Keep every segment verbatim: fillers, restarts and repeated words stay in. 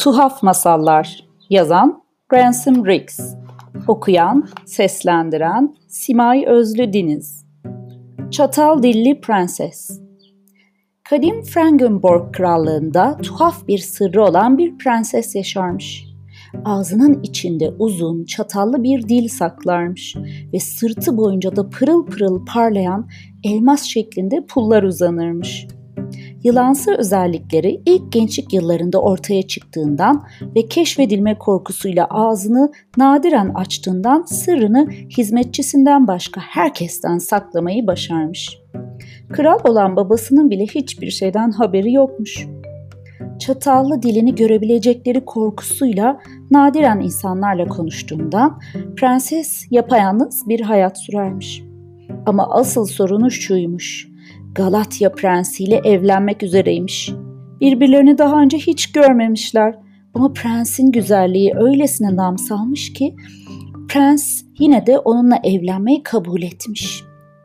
Tuhaf Masallar. Yazan Ransom Riggs. Okuyan, seslendiren Simay Özlü Diniz. Çatal Dilli Prenses. Kadim Frankenborg krallığında tuhaf bir sırrı olan bir prenses yaşarmış. Ağzının içinde uzun, çatallı bir dil saklarmış ve sırtı boyunca da pırıl pırıl parlayan elmas şeklinde pullar uzanırmış. Yılansı özellikleri ilk gençlik yıllarında ortaya çıktığından ve keşfedilme korkusuyla ağzını nadiren açtığından sırrını hizmetçisinden başka herkesten saklamayı başarmış. Kral olan babasının bile hiçbir şeyden haberi yokmuş. Çatallı dilini görebilecekleri korkusuyla nadiren insanlarla konuştuğundan prenses yapayalnız bir hayat sürermiş. Ama asıl sorunu şuymuş: Galatya prensiyle evlenmek üzereymiş. Birbirlerini daha önce hiç görmemişler ama prensin güzelliği öylesine nam salmış ki prens yine de onunla evlenmeyi kabul etmiş.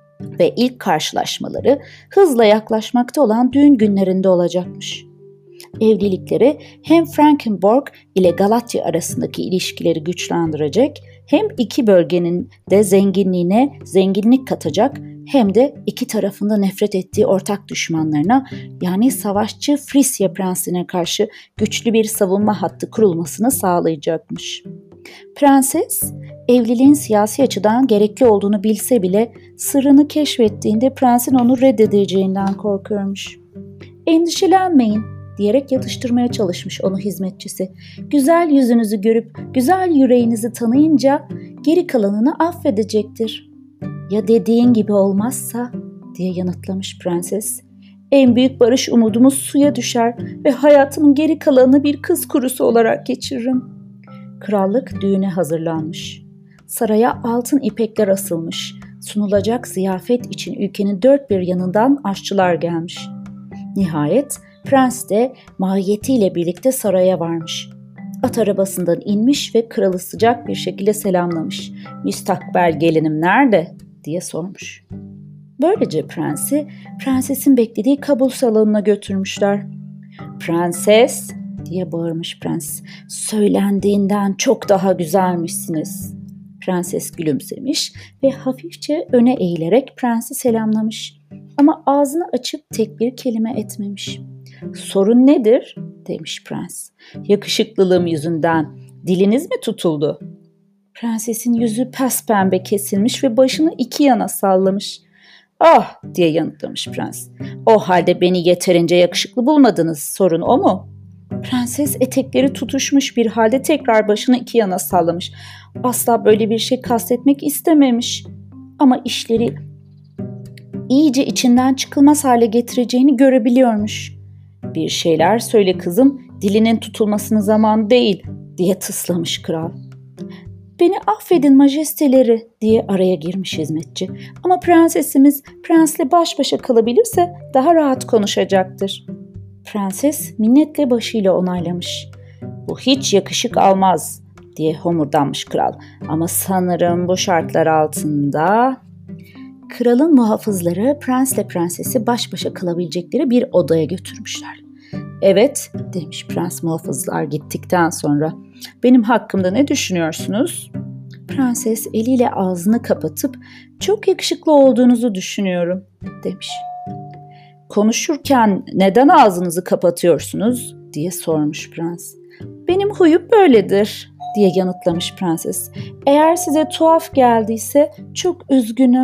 Ve ilk karşılaşmaları hızla yaklaşmakta olan düğün günlerinde olacakmış. Evlilikleri hem Frankenborg ile Galatya arasındaki ilişkileri güçlendirecek, hem iki bölgenin de zenginliğine zenginlik katacak, hem de iki tarafında nefret ettiği ortak düşmanlarına, yani savaşçı Frisia prensine karşı güçlü bir savunma hattı kurulmasını sağlayacakmış. Prenses, evliliğin siyasi açıdan gerekli olduğunu bilse bile sırrını keşfettiğinde prensin onu reddedeceğinden korkuyormuş. "Endişelenmeyin," diyerek yatıştırmaya çalışmış onu hizmetçisi. "Güzel yüzünüzü görüp güzel yüreğinizi tanıyınca geri kalanını affedecektir." "Ya dediğin gibi olmazsa?" diye yanıtlamış prenses. "En büyük barış umudumuz suya düşer ve hayatımın geri kalanını bir kız kurusu olarak geçiririm." Krallık düğüne hazırlanmış. Saraya altın ipekler asılmış. Sunulacak ziyafet için ülkenin dört bir yanından aşçılar gelmiş. Nihayet prens de mahiyetiyle birlikte saraya varmış. At arabasından inmiş ve kralı sıcak bir şekilde selamlamış. "Müstakbel gelinim nerede?" diye sormuş. Böylece prensi prensesin beklediği kabul salonuna götürmüşler. "Prenses," diye bağırmış prens, "söylendiğinden çok daha güzelmişsiniz." Prenses gülümsemiş ve hafifçe öne eğilerek prensi selamlamış. Ama ağzını açıp tek bir kelime etmemiş. "Sorun nedir?" demiş prens. "Yakışıklılığım yüzünden diliniz mi tutuldu?" Prensesin yüzü pespembe kesilmiş ve başını iki yana sallamış. "Ah," diye yanıtlamış prens. "O halde beni yeterince yakışıklı bulmadınız. Sorun o mu?" Prenses etekleri tutuşmuş bir halde tekrar başını iki yana sallamış. Asla böyle bir şey kastetmek istememiş. Ama işleri iyice içinden çıkılmaz hale getireceğini görebiliyormuş. "Bir şeyler söyle kızım, dilinin tutulmasının zamanı değil," diye tıslamış kral. "Beni affedin majesteleri," diye araya girmiş hizmetçi. "Ama prensesimiz prensle baş başa kalabilirse daha rahat konuşacaktır." Prenses minnetle başıyla onaylamış. "Bu hiç yakışık almaz," diye homurdanmış kral. "Ama sanırım bu şartlar altında..." Kralın muhafızları prensle prensesi baş başa kalabilecekleri bir odaya götürmüşler. "Evet," demiş prens muhafızlar gittikten sonra. "Benim hakkımda ne düşünüyorsunuz?" Prenses eliyle ağzını kapatıp "Çok yakışıklı olduğunuzu düşünüyorum," demiş. "Konuşurken neden ağzınızı kapatıyorsunuz?" diye sormuş prens. "Benim huyum böyledir," diye yanıtlamış prenses. "Eğer size tuhaf geldiyse çok üzgünüm."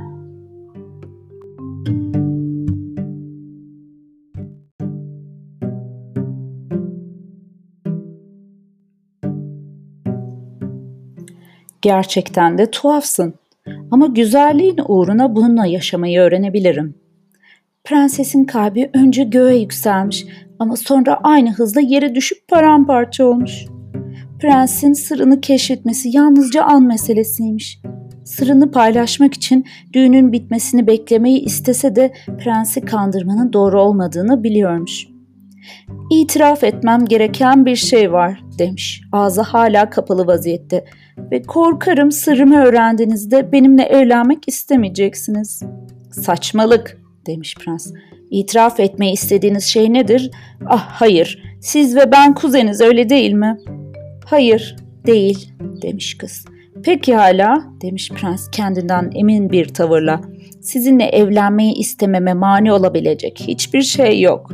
"Gerçekten de tuhafsın. Ama güzelliğin uğruna bununla yaşamayı öğrenebilirim." Prensesin kalbi önce göğe yükselmiş ama sonra aynı hızla yere düşüp paramparça olmuş. Prensin sırrını keşfetmesi yalnızca an meselesiymiş. Sırrını paylaşmak için düğünün bitmesini beklemeyi istese de prensi kandırmanın doğru olmadığını biliyormuş. "İtiraf etmem gereken bir şey var," demiş, ağzı hala kapalı vaziyette. "Ve korkarım sırrımı öğrendiğinizde benimle evlenmek istemeyeceksiniz." "Saçmalık," demiş prens. İtiraf etmeyi istediğiniz şey nedir? Ah hayır, siz ve ben kuzeniz öyle değil mi? Hayır, değil demiş kız. Peki hala demiş prens kendinden emin bir tavırla. Sizinle evlenmeyi istememe mani olabilecek hiçbir şey yok.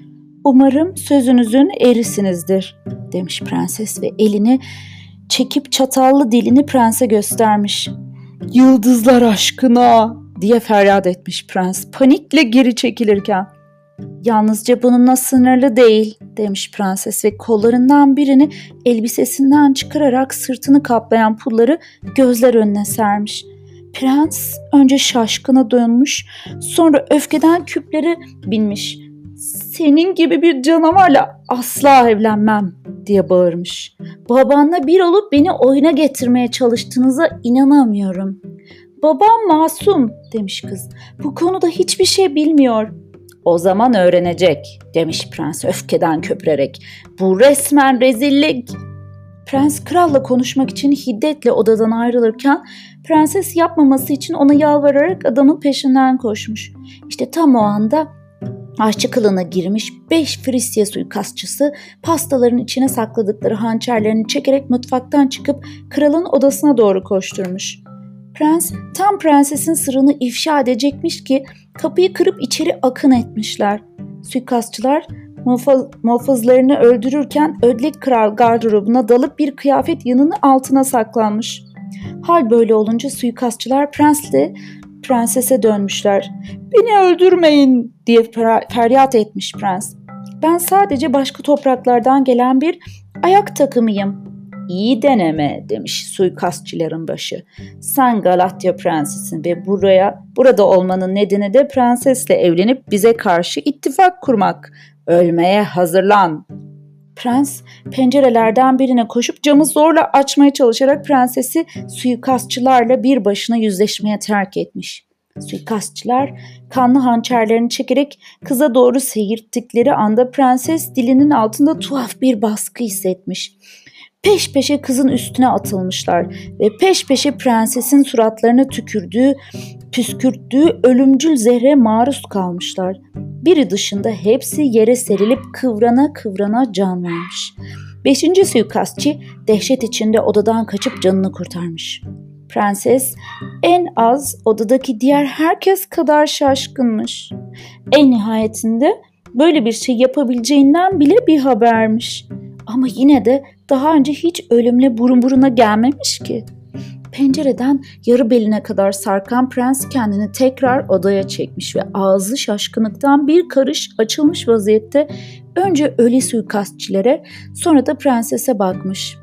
Umarım sözünüzün erisinizdir demiş prenses ve elini çekip çatallı dilini prense göstermiş. Yıldızlar aşkına diye feryat etmiş prens panikle geri çekilirken. Yalnızca bununla sınırlı değil demiş prenses ve kollarından birini elbisesinden çıkararak sırtını kaplayan pulları gözler önüne sermiş. Prens önce şaşkına dönmüş, sonra öfkeden küpleri binmiş. Senin gibi bir canavarla asla evlenmem diye bağırmış. Babanla bir olup beni oyuna getirmeye çalıştığınıza inanamıyorum. Babam masum demiş kız. Bu konuda hiçbir şey bilmiyor. O zaman öğrenecek demiş prens öfkeden köpürerek. Bu resmen rezillik. Prens kralla konuşmak için hiddetle odadan ayrılırken prenses yapmaması için ona yalvararak adamın peşinden koşmuş. İşte tam o anda aşçı kılığına girmiş beş Frisia suikastçısı pastaların içine sakladıkları hançerlerini çekerek mutfaktan çıkıp kralın odasına doğru koşturmuş. Prens tam prensesin sırrını ifşa edecekmiş ki kapıyı kırıp içeri akın etmişler. Suikastçılar muhafız, muhafızlarını öldürürken ödlek kral gardırobuna dalıp bir kıyafet yanının altına saklanmış. Hal böyle olunca suikastçılar prensle prensese dönmüşler. Beni öldürmeyin diye feryat etmiş prens. Ben sadece başka topraklardan gelen bir ayak takımıyım. İyi deneme demiş suikastçıların başı. Sen Galatya prensisin ve buraya burada olmanın nedeni de prensesle evlenip bize karşı ittifak kurmak. Ölmeye hazırlan. Prens pencerelerden birine koşup camı zorla açmaya çalışarak prensesi suikastçılarla bir başına yüzleşmeye terk etmiş. Suikastçılar kanlı hançerlerini çekerek kıza doğru seyirttikleri anda prenses dilinin altında tuhaf bir baskı hissetmiş. Peş peşe kızın üstüne atılmışlar ve peş peşe prensesin suratlarına tükürdüğü, püskürttüğü ölümcül zehre maruz kalmışlar. Biri dışında hepsi yere serilip kıvrana kıvrana can vermiş. Beşinci suikastçı dehşet içinde odadan kaçıp canını kurtarmış. Prenses en az odadaki diğer herkes kadar şaşkınmış. En nihayetinde böyle bir şey yapabileceğinden bile bir habermiş. Ama yine de daha önce hiç ölümle burun buruna gelmemiş ki. Pencereden yarı beline kadar sarkan prens kendini tekrar odaya çekmiş ve ağzı şaşkınlıktan bir karış açılmış vaziyette önce ölü suikastçilere sonra da prensese bakmış.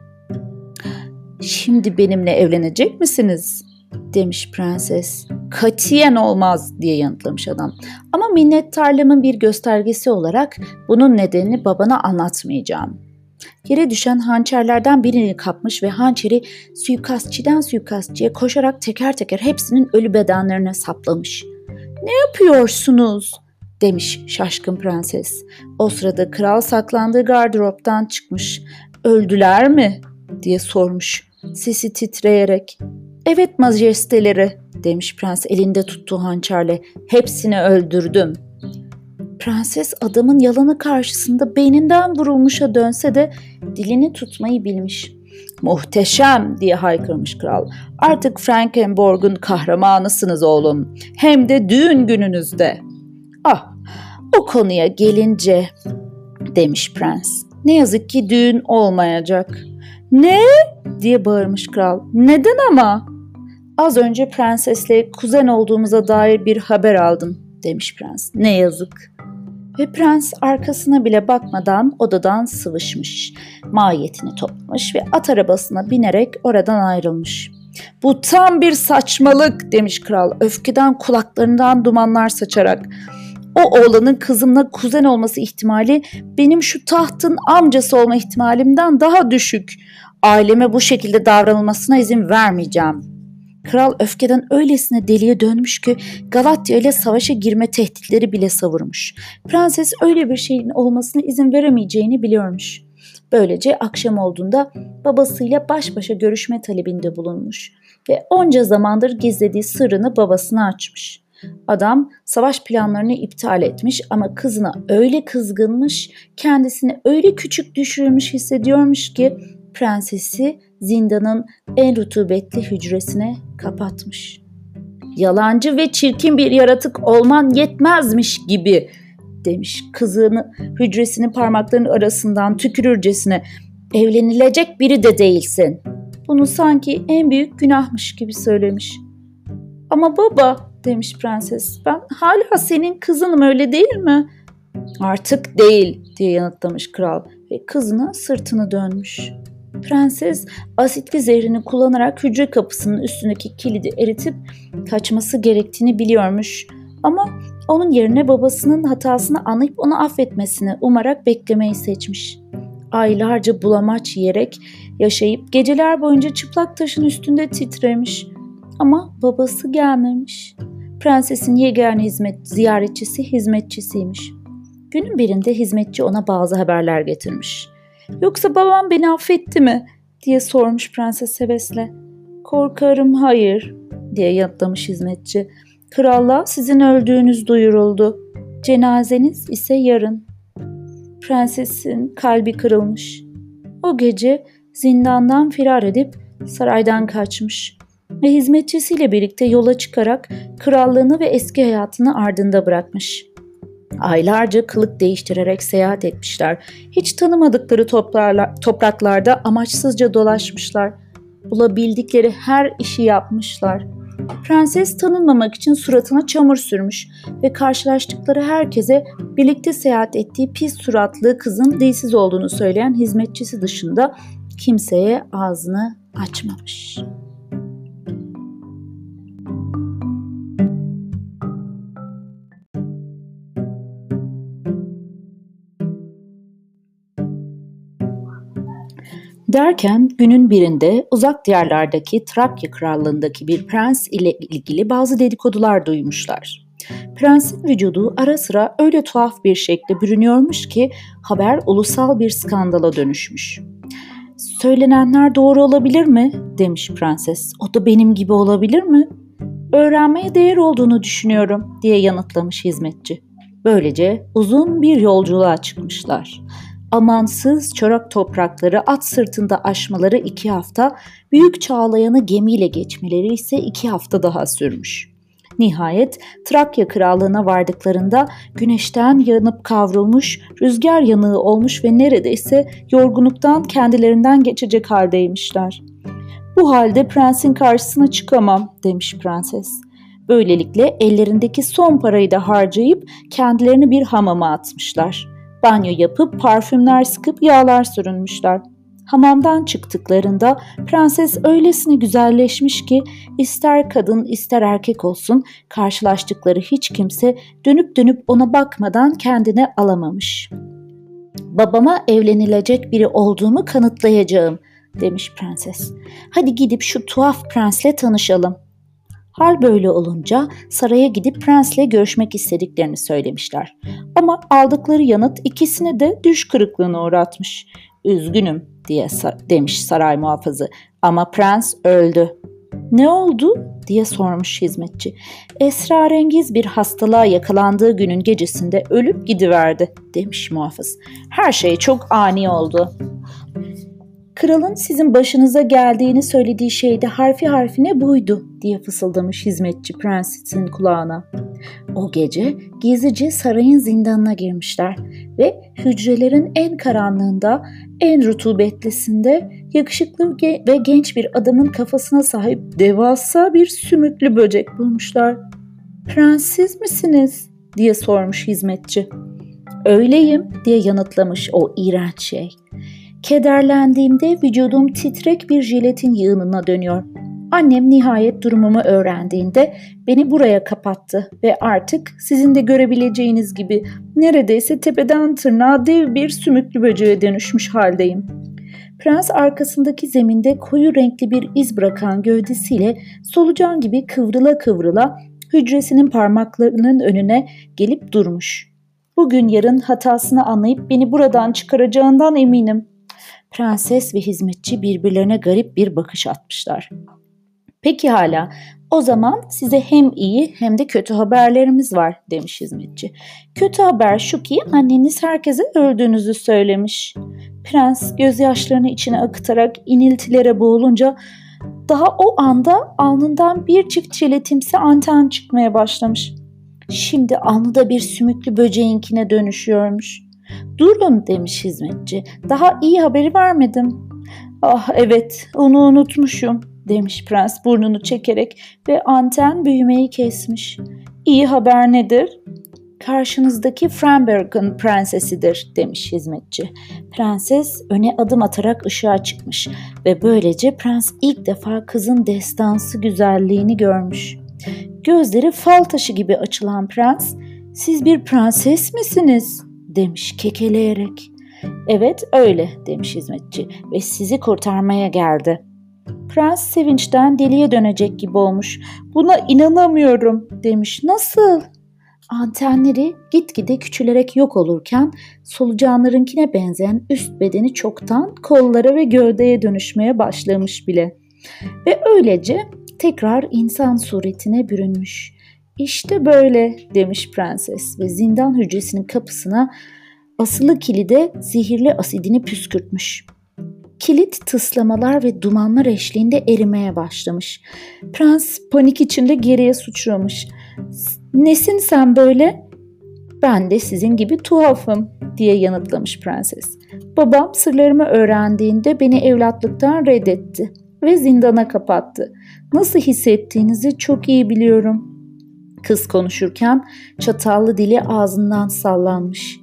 Şimdi benimle evlenecek misiniz? Demiş prenses. Katiyen olmaz diye yanıtlamış adam. Ama minnettarlığımın bir göstergesi olarak bunun nedenini babana anlatmayacağım. Yere düşen hançerlerden birini kapmış ve hançeri suikastçıdan suikastçıya koşarak teker teker hepsinin ölü bedenlerine saplamış. "Ne yapıyorsunuz?" demiş şaşkın prenses. O sırada kral saklandığı gardıroptan çıkmış. "Öldüler mi?" diye sormuş sesi titreyerek. "Evet majesteleri," demiş prens elinde tuttuğu hançerle. "Hepsini öldürdüm." Prenses adamın yalanı karşısında beyninden vurulmuşa dönse de dilini tutmayı bilmiş. "Muhteşem!" diye haykırmış kral. "Artık Frankenborg'un kahramanısınız oğlum. Hem de düğün gününüzde." "Ah, o konuya gelince," demiş prens. "Ne yazık ki düğün olmayacak." "Ne?" diye bağırmış kral. "Neden ama?" "Az önce prensesle kuzen olduğumuza dair bir haber aldım," demiş prens. "Ne yazık." Ve prens arkasına bile bakmadan odadan sıvışmış. Mahiyetini toplamış ve at arabasına binerek oradan ayrılmış. "Bu tam bir saçmalık," demiş kral öfkeden kulaklarından dumanlar saçarak. "O oğlanın kızımla kuzen olması ihtimali benim şu tahtın amcası olma ihtimalimden daha düşük. Aileme bu şekilde davranılmasına izin vermeyeceğim." Kral öfkeden öylesine deliye dönmüş ki Galatya ile savaşa girme tehditleri bile savurmuş. Prenses öyle bir şeyin olmasına izin veremeyeceğini biliyormuş. Böylece akşam olduğunda babasıyla baş başa görüşme talebinde bulunmuş ve onca zamandır gizlediği sırrını babasına açmış. Adam savaş planlarını iptal etmiş ama kızına öyle kızgınmış, kendisini öyle küçük düşürmüş hissediyormuş ki prensesi zindanın en rutubetli hücresine kapatmış. "Yalancı ve çirkin bir yaratık olman yetmezmiş gibi," demiş kızını hücresinin parmaklarının arasından tükürürcesine. "Evlenilecek biri de değilsin." Bunu sanki en büyük günahmış gibi söylemiş. "Ama baba," demiş prenses, "ben hala senin kızınım, öyle değil mi?" "Artık değil," diye yanıtlamış kral ve kızına sırtını dönmüş. Prenses asitli zehrini kullanarak hücre kapısının üstündeki kilidi eritip kaçması gerektiğini biliyormuş. Ama onun yerine babasının hatasını anlayıp onu affetmesini umarak beklemeyi seçmiş. Aylarca bulamaç yiyerek yaşayıp geceler boyunca çıplak taşın üstünde titremiş. Ama babası gelmemiş. Prensesin yegane hizmet ziyaretçisi hizmetçisiymiş. Günün birinde hizmetçi ona bazı haberler getirmiş. "Yoksa babam beni affetti mi?" diye sormuş prenses hevesle. "Korkarım hayır," diye yanıtlamış hizmetçi. "Krallığa sizin öldüğünüz duyuruldu. Cenazeniz ise yarın." Prensesin kalbi kırılmış. O gece zindandan firar edip saraydan kaçmış ve hizmetçisiyle birlikte yola çıkarak krallığını ve eski hayatını ardında bırakmış. Aylarca kılık değiştirerek seyahat etmişler. Hiç tanımadıkları topraklarda amaçsızca dolaşmışlar. Bulabildikleri her işi yapmışlar. Prenses tanınmamak için suratına çamur sürmüş ve karşılaştıkları herkese birlikte seyahat ettiği pis suratlı kızın dilsiz olduğunu söyleyen hizmetçisi dışında kimseye ağzını açmamış. Derken günün birinde uzak diyarlardaki Trakya krallığındaki bir prens ile ilgili bazı dedikodular duymuşlar. Prensin vücudu ara sıra öyle tuhaf bir şekilde bürünüyormuş ki haber ulusal bir skandala dönüşmüş. "Söylenenler doğru olabilir mi?" demiş prenses. "O da benim gibi olabilir mi?" "Öğrenmeye değer olduğunu düşünüyorum," diye yanıtlamış hizmetçi. Böylece uzun bir yolculuğa çıkmışlar. Amansız çorak toprakları at sırtında aşmaları iki hafta, büyük çağlayanı gemiyle geçmeleri ise iki hafta daha sürmüş. Nihayet Trakya krallığına vardıklarında güneşten yanıp kavrulmuş, rüzgar yanığı olmuş ve neredeyse yorgunluktan kendilerinden geçecek haldeymişler. "Bu halde prensin karşısına çıkamam," demiş prenses. Böylelikle ellerindeki son parayı da harcayıp kendilerini bir hamama atmışlar. Banyo yapıp parfümler sıkıp yağlar sürünmüşler. Hamamdan çıktıklarında prenses öylesine güzelleşmiş ki ister kadın ister erkek olsun karşılaştıkları hiç kimse dönüp dönüp ona bakmadan kendine alamamış. "Babama evlenilecek biri olduğumu kanıtlayacağım," demiş prenses. "Hadi gidip şu tuhaf prensle tanışalım." Hal böyle olunca saraya gidip prensle görüşmek istediklerini söylemişler. Ama aldıkları yanıt ikisini de düş kırıklığına uğratmış. "Üzgünüm," diye sa- demiş saray muhafızı, "ama prens öldü." "Ne oldu?" diye sormuş hizmetçi. "Esrarengiz bir hastalığa yakalandığı günün gecesinde ölüp gidiverdi," demiş muhafız. "Her şey çok ani oldu." "Kralın sizin başınıza geldiğini söylediği şey de harfi harfine buydu," diye fısıldamış hizmetçi prensesin kulağına. O gece gizlice sarayın zindanına girmişler ve hücrelerin en karanlığında, en rutubetlisinde yakışıklı ve genç bir adamın kafasına sahip devasa bir sümüklü böcek bulmuşlar. "Prens siz misiniz?" diye sormuş hizmetçi. "Öyleyim," diye yanıtlamış o iğrenç şey. "Kederlendiğimde vücudum titrek bir jelatin yığınına dönüyor. Annem nihayet durumumu öğrendiğinde beni buraya kapattı ve artık sizin de görebileceğiniz gibi neredeyse tepeden tırnağa dev bir sümüklü böceğe dönüşmüş haldeyim." Prens arkasındaki zeminde koyu renkli bir iz bırakan gövdesiyle solucan gibi kıvrıla kıvrıla hücresinin parmaklarının önüne gelip durmuş. "Bugün yarın hatasını anlayıp beni buradan çıkaracağından eminim." Prenses ve hizmetçi birbirlerine garip bir bakış atmışlar. Peki hala, o zaman size hem iyi hem de kötü haberlerimiz var demiş hizmetçi. Kötü haber şu ki anneniz herkese öldüğünüzü söylemiş. Prens gözyaşlarını içine akıtarak iniltilere boğulunca daha o anda alnından bir çift çeletimsi anten çıkmaya başlamış. Şimdi alnı bir sümüklü böceğinkine dönüşüyormuş. Durun demiş hizmetçi, daha iyi haberi vermedim. Ah evet, onu unutmuşum demiş prens burnunu çekerek ve anten büyümeyi kesmiş. İyi haber nedir? Karşınızdaki Framberg'in prensesidir demiş hizmetçi. Prenses öne adım atarak ışığa çıkmış ve böylece prens ilk defa kızın destansı güzelliğini görmüş. Gözleri fal taşı gibi açılan prens, "Siz bir prenses misiniz?" demiş kekeleyerek. "Evet öyle," demiş hizmetçi ve sizi kurtarmaya geldi. Prens sevinçten deliye dönecek gibi olmuş. "Buna inanamıyorum," demiş. "Nasıl?" Antenleri gitgide küçülerek yok olurken solucanlarınkine benzeyen üst bedeni çoktan kollara ve gövdeye dönüşmeye başlamış bile. Ve öylece tekrar insan suretine bürünmüş. "İşte böyle," demiş prenses ve zindan hücresinin kapısına asılı kilide zehirli asidini püskürtmüş. Kilit tıslamalar ve dumanlar eşliğinde erimeye başlamış. Prens panik içinde geriye sıçramış. "Nesin sen böyle?" "Ben de sizin gibi tuhafım," diye yanıtlamış prenses. "Babam sırlarımı öğrendiğinde beni evlatlıktan reddetti ve zindana kapattı. Nasıl hissettiğinizi çok iyi biliyorum." Kız konuşurken çatallı dili ağzından sallanmış.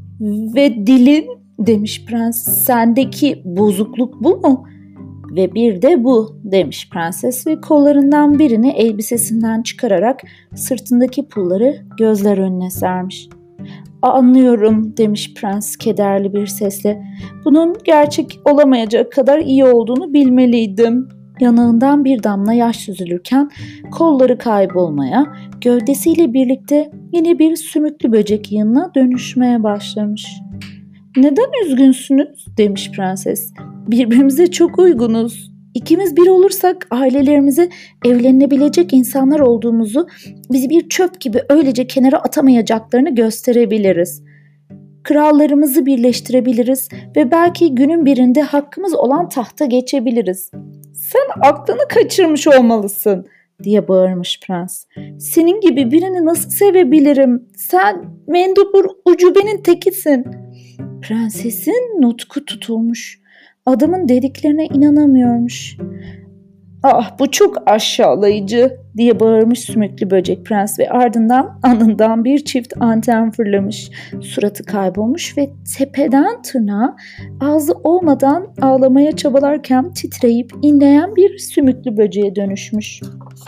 "Ve dilin," demiş prens, "sendeki bozukluk bu mu?" "Ve bir de bu," demiş prenses ve kollarından birini elbisesinden çıkararak sırtındaki pulları gözler önüne sermiş. "Anlıyorum," demiş prens kederli bir sesle. "Bunun gerçek olamayacak kadar iyi olduğunu bilmeliydim." Yanağından bir damla yaş süzülürken kolları kaybolmaya, gövdesiyle birlikte yine bir sümüklü böcek yığınına dönüşmeye başlamış. "Neden üzgünsünüz?" demiş prenses. "Birbirimize çok uygunuz. İkimiz bir olursak ailelerimize evlenebilecek insanlar olduğumuzu, bizi bir çöp gibi öylece kenara atamayacaklarını gösterebiliriz. Krallarımızı birleştirebiliriz ve belki günün birinde hakkımız olan tahta geçebiliriz." "Sen aklını kaçırmış olmalısın," diye bağırmış prens. "Senin gibi birini nasıl sevebilirim? Sen mendebur ucubenin tekisin." Prensesin nutku tutulmuş. Adamın dediklerine inanamıyormuş. "Ah bu çok aşağılayıcı," diye bağırmış sümüklü böcek prens ve ardından alnından bir çift anten fırlamış. Suratı kaybolmuş ve tepeden tırnağa ağzı olmadan ağlamaya çabalarken titreyip inleyen bir sümüklü böceğe dönüşmüş.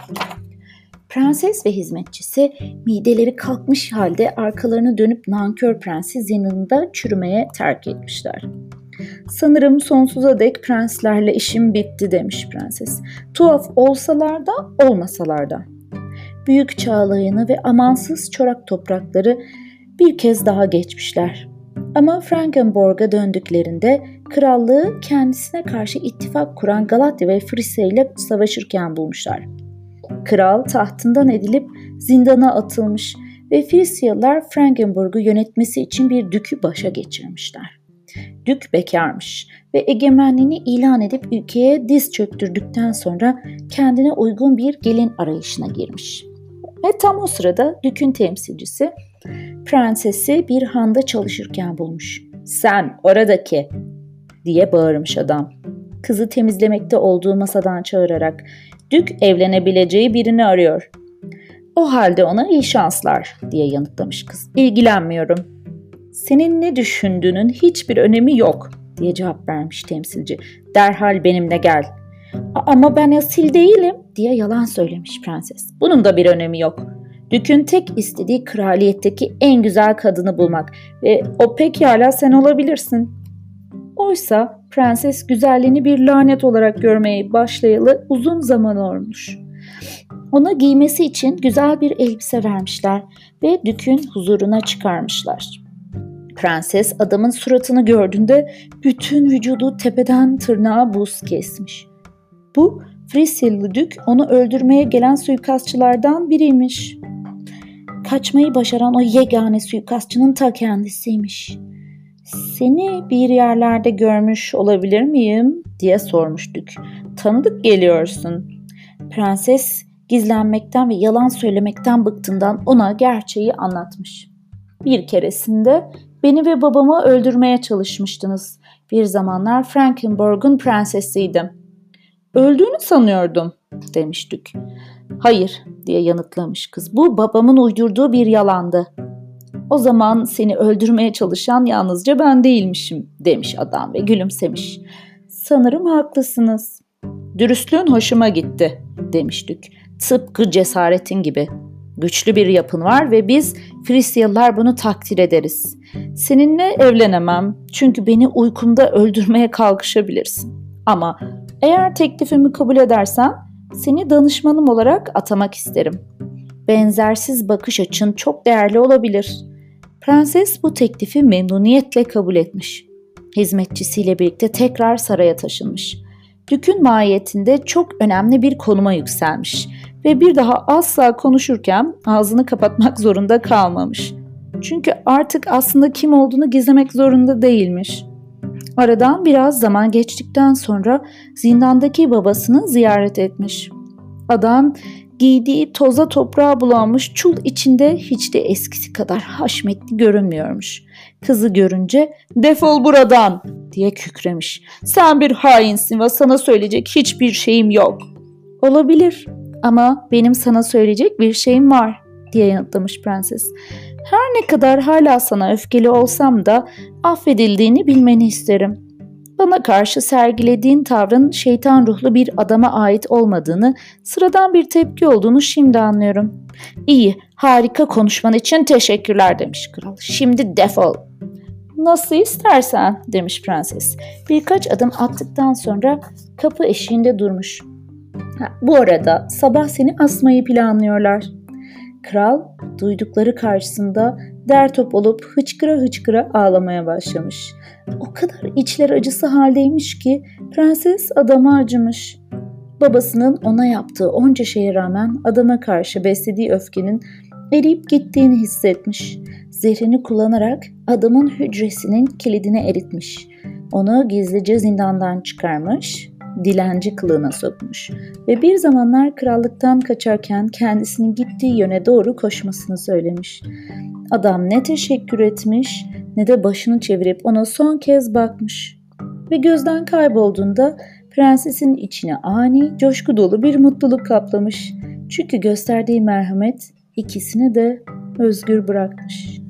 Prenses ve hizmetçisi mideleri kalkmış halde arkalarını dönüp nankör prensi zindanında çürümeye terk etmişler. "Sanırım sonsuza dek prenslerle işim bitti," demiş prenses. "Tuhaf olsalar da olmasalar da." Büyük çağlayanı ve amansız çorak toprakları bir kez daha geçmişler. Ama Frankenborg'a döndüklerinde krallığı kendisine karşı ittifak kuran Galatya ve Frisia ile savaşırken bulmuşlar. Kral tahtından edilip zindana atılmış ve Frisialılar Frankenborg'u yönetmesi için bir dükü başa geçirmişler. Dük bekarmış ve egemenliğini ilan edip ülkeye diz çöktürdükten sonra kendine uygun bir gelin arayışına girmiş. Ve tam o sırada dükün temsilcisi prensesi bir handa çalışırken bulmuş. "Sen oradaki," diye bağırmış adam. Kızı temizlemekte olduğu masadan çağırarak, "Dük evlenebileceği birini arıyor." "O halde ona iyi şanslar," diye yanıtlamış kız. "İlgilenmiyorum." "Senin ne düşündüğünün hiçbir önemi yok," diye cevap vermiş temsilci. "Derhal benimle gel." "Ama ben asil değilim," diye yalan söylemiş prenses. "Bunun da bir önemi yok. Dük'ün tek istediği kraliyetteki en güzel kadını bulmak ve o pekala sen olabilirsin." Oysa prenses güzelliğini bir lanet olarak görmeye başlayalı uzun zaman olmuş. Ona giymesi için güzel bir elbise vermişler ve Dük'ün huzuruna çıkarmışlar. Prenses adamın suratını gördüğünde bütün vücudu tepeden tırnağa buz kesmiş. Bu Frisyalı Dük onu öldürmeye gelen suikastçılardan biriymiş. Kaçmayı başaran o yegane suikastçının ta kendisiymiş. "Seni bir yerlerde görmüş olabilir miyim?" diye sormuş Dük. "Tanıdık geliyorsun." Prenses gizlenmekten ve yalan söylemekten bıktığından ona gerçeği anlatmış. "Bir keresinde beni ve babamı öldürmeye çalışmıştınız. Bir zamanlar Frankenburg'un prensesiydim." "Öldüğünü sanıyordum," demiş Dük. "Hayır," diye yanıtlamış kız. "Bu babamın uydurduğu bir yalandı." "O zaman seni öldürmeye çalışan yalnızca ben değilmişim," demiş adam ve gülümsemiş. "Sanırım haklısınız." "Dürüstlüğün hoşuma gitti," demiş Dük. "Tıpkı cesaretin gibi. Güçlü bir yapın var ve biz Frisyalılar bunu takdir ederiz. Seninle evlenemem çünkü beni uykumda öldürmeye kalkışabilirsin. Ama eğer teklifimi kabul edersen seni danışmanım olarak atamak isterim. Benzersiz bakış açın çok değerli olabilir." Prenses bu teklifi memnuniyetle kabul etmiş. Hizmetçisiyle birlikte tekrar saraya taşınmış. Dük'ün mahiyetinde çok önemli bir konuma yükselmiş ve bir daha asla konuşurken ağzını kapatmak zorunda kalmamış. Çünkü artık aslında kim olduğunu gizlemek zorunda değilmiş. Aradan biraz zaman geçtikten sonra zindandaki babasını ziyaret etmiş. Adam giydiği toza toprağa bulanmış çul içinde hiç de eskisi kadar haşmetli görünmüyormuş. Kızı görünce "Defol buradan," diye kükremiş. "Sen bir hainsin ve sana söyleyecek hiçbir şeyim yok." "Olabilir ama benim sana söyleyecek bir şeyim var," diye yanıtlamış prenses. "Her ne kadar hala sana öfkeli olsam da affedildiğini bilmeni isterim. Bana karşı sergilediğin tavrın şeytan ruhlu bir adama ait olmadığını, sıradan bir tepki olduğunu şimdi anlıyorum." "İyi, harika konuşman için teşekkürler," demiş kral. "Şimdi defol." "Nasıl istersen," demiş prenses. Birkaç adım attıktan sonra kapı eşiğinde durmuş. Ha, "Bu arada sabah seni asmayı planlıyorlar." Kral duydukları karşısında dertop olup hıçkıra hıçkıra ağlamaya başlamış. O kadar içler acısı haldeymiş ki prenses adama acımış. Babasının ona yaptığı onca şeye rağmen adama karşı beslediği öfkenin eriyip gittiğini hissetmiş. Zehrini kullanarak adamın hücresinin kilidini eritmiş. Onu gizlice zindandan çıkarmış, dilenci kılığına sokmuş ve bir zamanlar krallıktan kaçarken kendisinin gittiği yöne doğru koşmasını söylemiş. Adam ne teşekkür etmiş ne de başını çevirip ona son kez bakmış ve gözden kaybolduğunda prensesin içine ani, coşku dolu bir mutluluk kaplamış. Çünkü gösterdiği merhamet ikisini de özgür bırakmış.